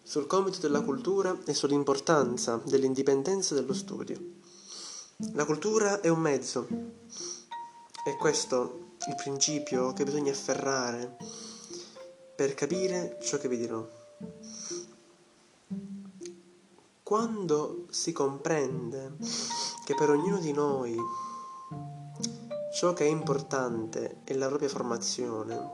sul compito della cultura e sull'importanza dell'indipendenza dello studio. La cultura è un mezzo, è questo il principio che bisogna afferrare per capire ciò che vi dirò. Quando si comprende che per ognuno di noi ciò che è importante è la propria formazione,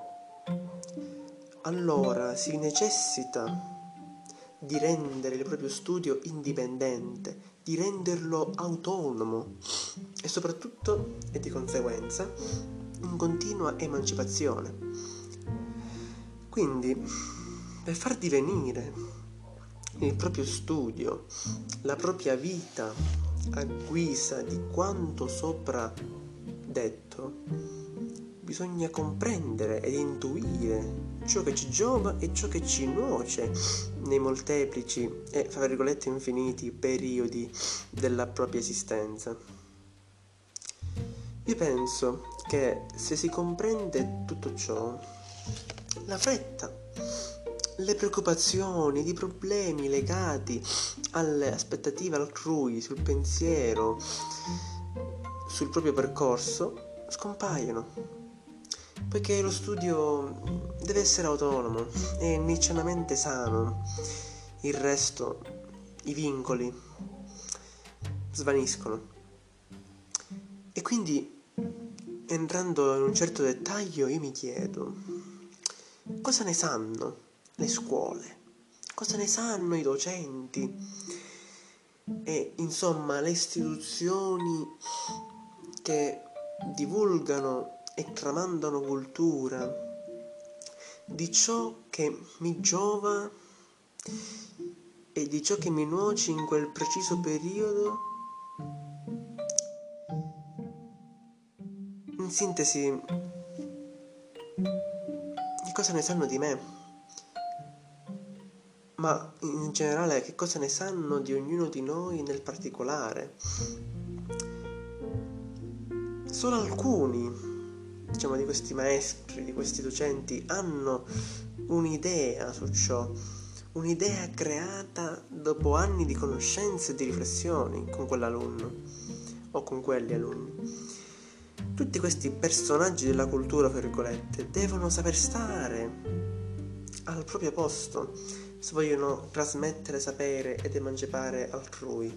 allora si necessita di rendere il proprio studio indipendente, di renderlo autonomo e soprattutto, e di conseguenza, in continua emancipazione. Quindi, per far divenire il proprio studio, la propria vita a guisa di quanto sopra detto, bisogna comprendere ed intuire ciò che ci giova e ciò che ci nuoce nei molteplici e, fra virgolette, infiniti periodi della propria esistenza. Io penso che se si comprende tutto ciò, la fretta, le preoccupazioni, i problemi legati alle aspettative altrui, sul pensiero, sul proprio percorso, scompaiono. Poiché lo studio deve essere autonomo e nietzscheanamente sano, il resto, i vincoli, svaniscono. E quindi, entrando in un certo dettaglio, io mi chiedo, cosa ne sanno le scuole? Cosa ne sanno i docenti? E insomma le istituzioni che divulgano e tramandano cultura di ciò che mi giova e di ciò che mi nuoce in quel preciso periodo. In sintesi, che cosa ne sanno di me? Ma in generale che cosa ne sanno di ognuno di noi nel particolare? Solo alcuni, di questi maestri, di questi docenti, hanno un'idea su ciò, un'idea creata dopo anni di conoscenze e di riflessioni con quell'alunno o con quegli alunni. Tutti questi personaggi della cultura, fra virgolette, devono saper stare al proprio posto se vogliono trasmettere sapere ed emancipare altrui.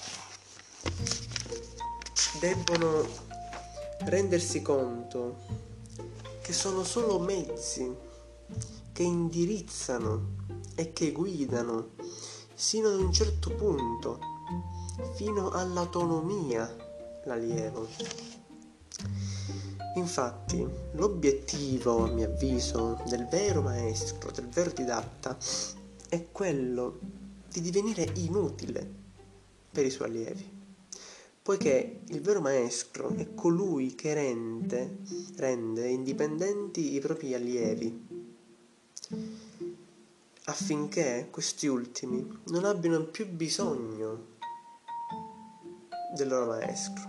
Debbono rendersi conto che sono solo mezzi che indirizzano e che guidano sino ad un certo punto, fino all'autonomia, l'allievo. Infatti, l'obiettivo, a mio avviso, del vero maestro, del vero didatta, è quello di divenire inutile per i suoi allievi, poiché il vero maestro è colui che rende indipendenti i propri allievi, affinché questi ultimi non abbiano più bisogno del loro maestro.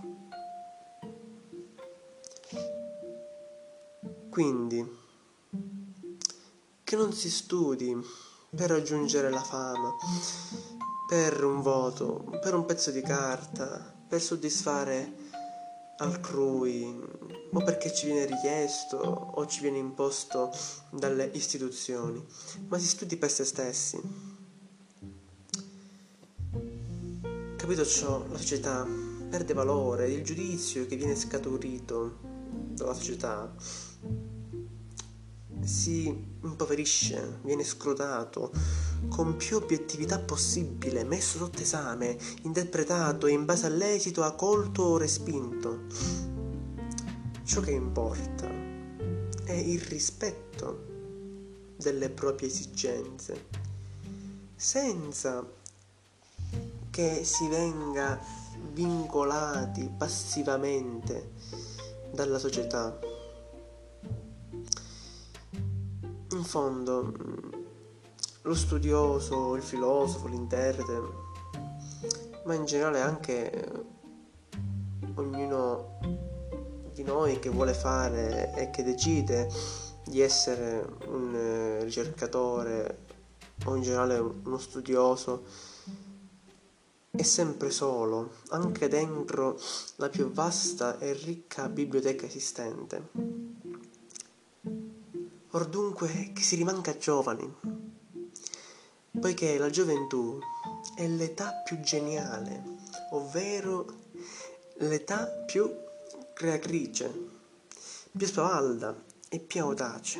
Quindi, che non si studi per raggiungere la fama, per un voto, per un pezzo di carta, per soddisfare altrui, o perché ci viene richiesto o ci viene imposto dalle istituzioni, ma si studi per se stessi. Capito ciò, la società perde valore, il giudizio che viene scaturito dalla società si impoverisce, viene scrutato con più obiettività possibile, messo sotto esame, interpretato e in base all'esito accolto o respinto. Ciò che importa è il rispetto delle proprie esigenze, senza che si venga vincolati passivamente dalla società. In fondo, lo studioso, il filosofo, l'interprete, ma in generale anche ognuno di noi che vuole fare e che decide di essere un ricercatore o in generale uno studioso, è sempre solo, anche dentro la più vasta e ricca biblioteca esistente. Or dunque che si rimanga giovani, poiché la gioventù è l'età più geniale, ovvero l'età più creatrice, più spavalda e più audace.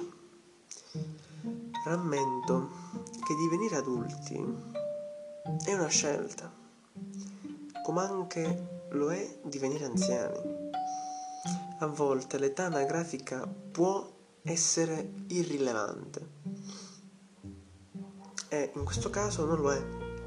Rammento che divenire adulti è una scelta, come anche lo è divenire anziani. A volte l'età anagrafica può essere irrilevante e in questo caso non lo è.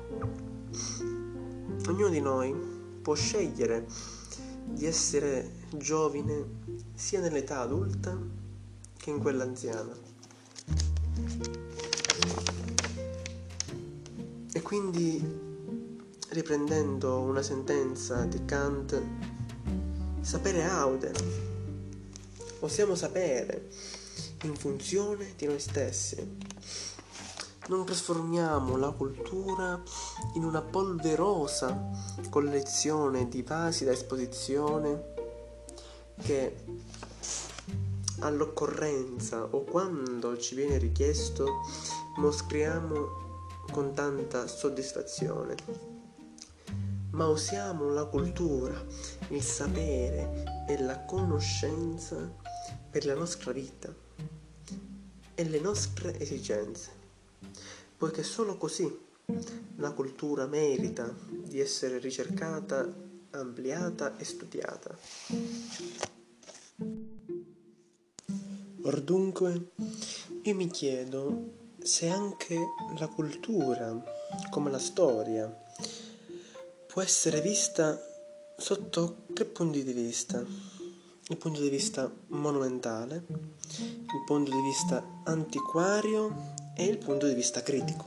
Ognuno di noi può scegliere di essere giovane sia nell'età adulta che in quella anziana. E quindi, riprendendo una sentenza di Kant, sapere aude, possiamo sapere in funzione di noi stessi. Non trasformiamo la cultura in una polverosa collezione di vasi da esposizione che all'occorrenza o quando ci viene richiesto mostriamo con tanta soddisfazione, ma usiamo la cultura, il sapere e la conoscenza per la nostra vita e le nostre esigenze, poiché solo così la cultura merita di essere ricercata, ampliata e studiata. Or dunque, io mi chiedo se anche la cultura, come la storia, può essere vista sotto tre punti di vista: il punto di vista monumentale, il punto di vista antiquario e il punto di vista critico.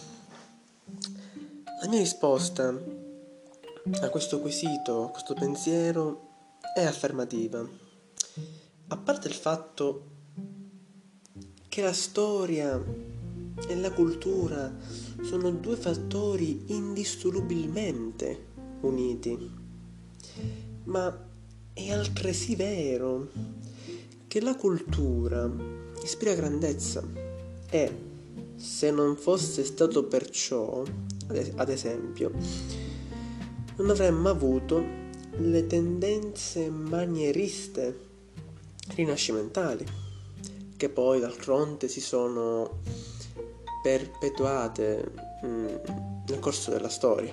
La mia risposta a questo quesito, a questo pensiero, è affermativa. A parte il fatto che la storia e la cultura sono due fattori indissolubilmente uniti, ma è altresì vero che la cultura ispira grandezza e, se non fosse stato per ciò, ad esempio, non avremmo avuto le tendenze manieriste rinascimentali, che poi d'altronde si sono perpetuate nel corso della storia.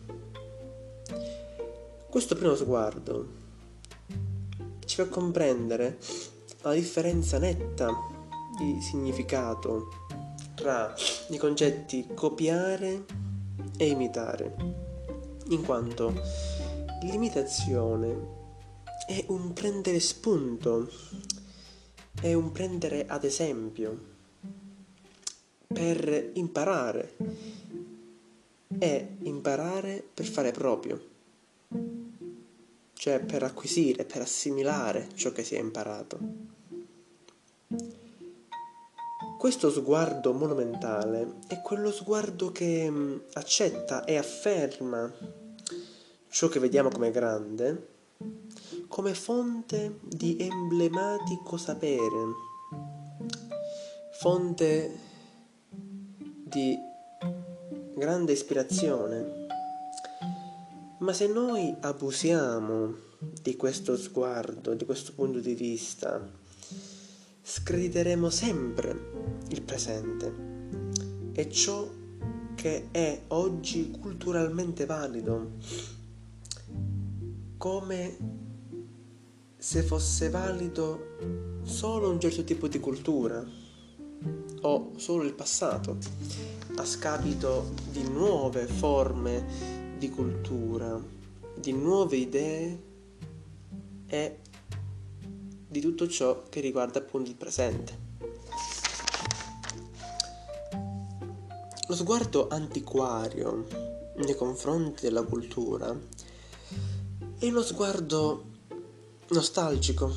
Questo primo sguardo ci fa comprendere la differenza netta di significato tra i concetti copiare e imitare, in quanto l'imitazione è un prendere spunto, è un prendere ad esempio per imparare e imparare per fare proprio, cioè per acquisire, per assimilare ciò che si è imparato. Questo sguardo monumentale è quello sguardo che accetta e afferma ciò che vediamo come grande come fonte di emblematico sapere, fonte di grande ispirazione. Ma se noi abusiamo di questo sguardo, di questo punto di vista, screditeremo sempre il presente e ciò che è oggi culturalmente valido, come se fosse valido solo un certo tipo di cultura o solo il passato, a scapito di nuove forme di cultura, di nuove idee e di tutto ciò che riguarda appunto il presente. Lo sguardo antiquario nei confronti della cultura è uno sguardo nostalgico,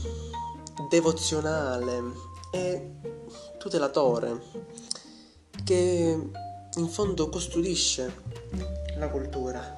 devozionale e tutelatore, che in fondo custodisce la cultura.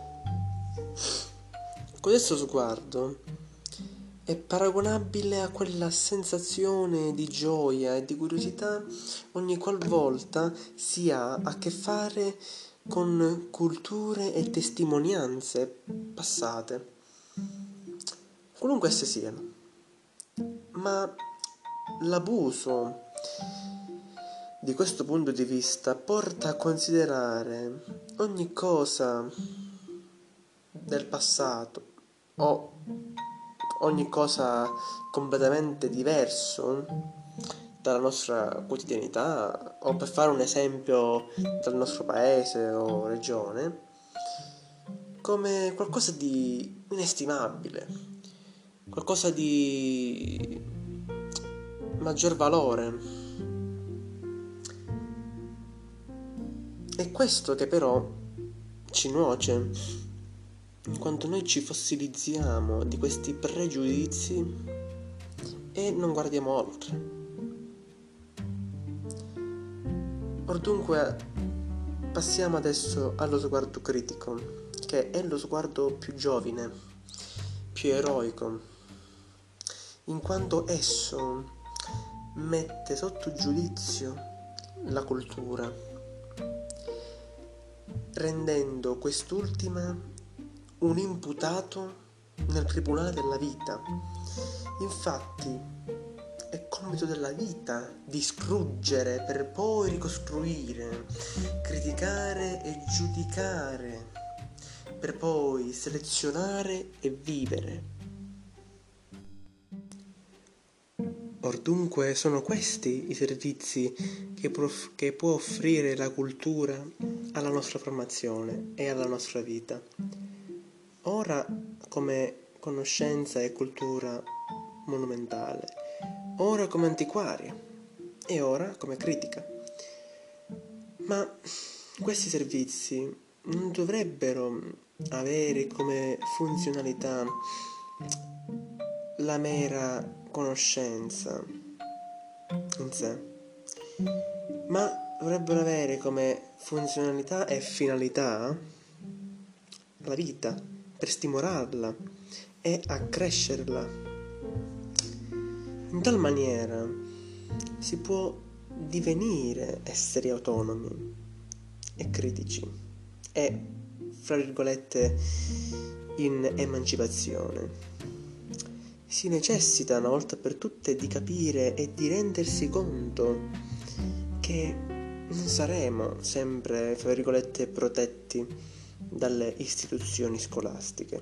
Questo sguardo è paragonabile a quella sensazione di gioia e di curiosità ogni qualvolta si ha a che fare con culture e testimonianze passate, qualunque esse siano. Ma l'abuso di questo punto di vista porta a considerare ogni cosa del passato o ogni cosa completamente diverso dalla nostra quotidianità, o per fare un esempio dal nostro paese o regione, come qualcosa di inestimabile, qualcosa di maggior valore. È questo che però ci nuoce, in quanto noi ci fossilizziamo di questi pregiudizi e non guardiamo oltre. Or dunque passiamo adesso allo sguardo critico, che è lo sguardo più giovine, più eroico, in quanto esso mette sotto giudizio la cultura, rendendo quest'ultima un imputato nel tribunale della vita. Infatti è compito della vita distruggere per poi ricostruire, criticare e giudicare, per poi selezionare e vivere. Or dunque sono questi i servizi che può offrire la cultura alla nostra formazione e alla nostra vita. Ora come conoscenza e cultura monumentale, ora come antiquaria e ora come critica. Ma questi servizi non dovrebbero avere come funzionalità la mera conoscenza in sé, ma dovrebbero avere come funzionalità e finalità la vita, per stimolarla e accrescerla. In tal maniera si può divenire esseri autonomi e critici e, fra virgolette, in emancipazione. Si necessita una volta per tutte di capire e di rendersi conto che non saremo sempre, fra virgolette, protetti dalle istituzioni scolastiche,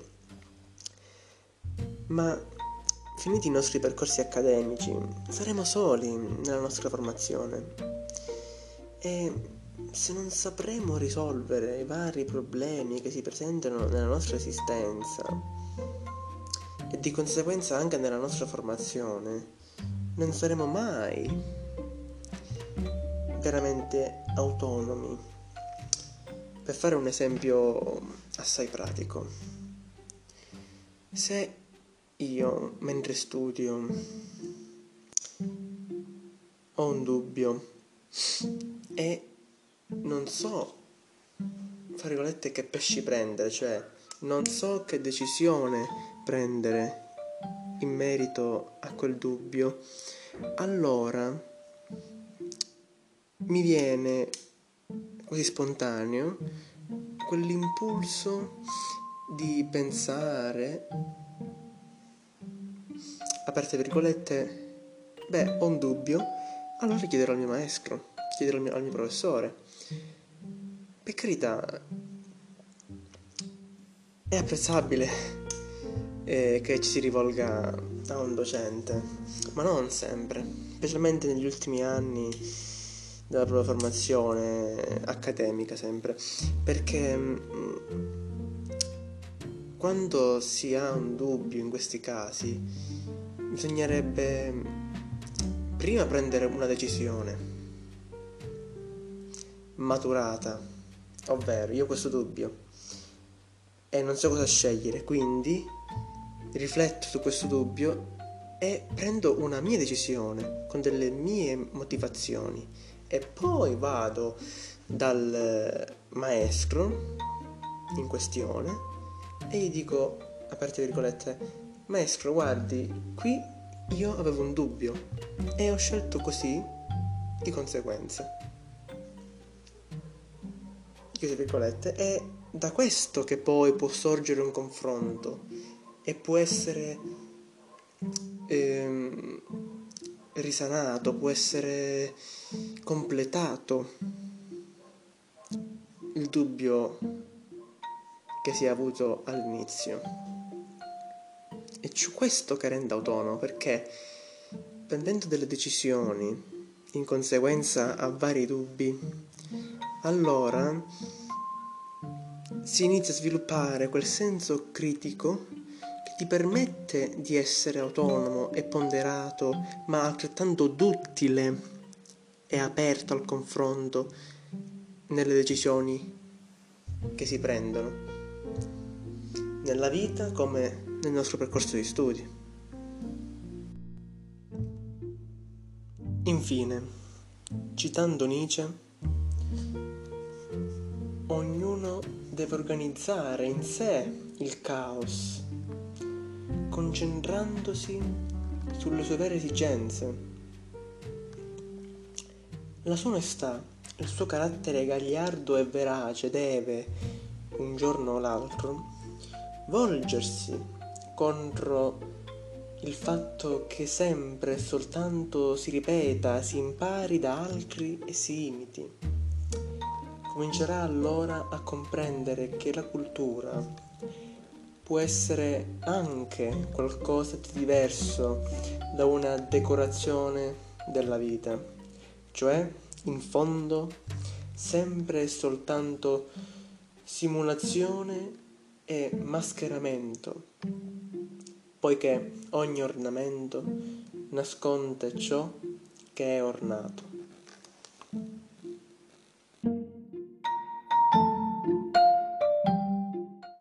ma finiti i nostri percorsi accademici saremo soli nella nostra formazione e se non sapremo risolvere i vari problemi che si presentano nella nostra esistenza e di conseguenza anche nella nostra formazione, non saremo mai veramente autonomi. Per fare un esempio assai pratico, se io mentre studio ho un dubbio e non so, fra virgolette, che pesci prendere, cioè non so che decisione prendere in merito a quel dubbio, allora mi viene così spontaneo quell'impulso di pensare, aperte virgolette, ho un dubbio, allora chiederò al mio maestro, chiederò al mio professore. Per carità, è apprezzabile che ci si rivolga a un docente, ma non sempre, specialmente negli ultimi anni della propria formazione accademica sempre, perché quando si ha un dubbio in questi casi bisognerebbe prima prendere una decisione maturata, ovvero io ho questo dubbio e non so cosa scegliere, quindi rifletto su questo dubbio e prendo una mia decisione con delle mie motivazioni E poi vado dal maestro in questione e gli dico, aperte virgolette, maestro, guardi, qui io avevo un dubbio e ho scelto così di conseguenza. Chiuse virgolette. È da questo che poi può sorgere un confronto e può essere risanato, può essere completato il dubbio che si è avuto all'inizio. E c'è questo che rende autonomo, perché prendendo delle decisioni in conseguenza a vari dubbi, allora si inizia a sviluppare quel senso critico che ti permette di essere autonomo e ponderato, ma altrettanto duttile e aperto al confronto nelle decisioni che si prendono, nella vita come nel nostro percorso di studi. Infine, citando Nietzsche, ognuno deve organizzare in sé il caos, concentrandosi sulle sue vere esigenze. La sua onestà, il suo carattere gagliardo e verace deve, un giorno o l'altro, volgersi contro il fatto che sempre e soltanto si ripeta, si impari da altri e si imiti. Comincerà allora a comprendere che la cultura può essere anche qualcosa di diverso da una decorazione della vita, cioè, in fondo, sempre e soltanto simulazione e mascheramento, poiché ogni ornamento nasconde ciò che è ornato.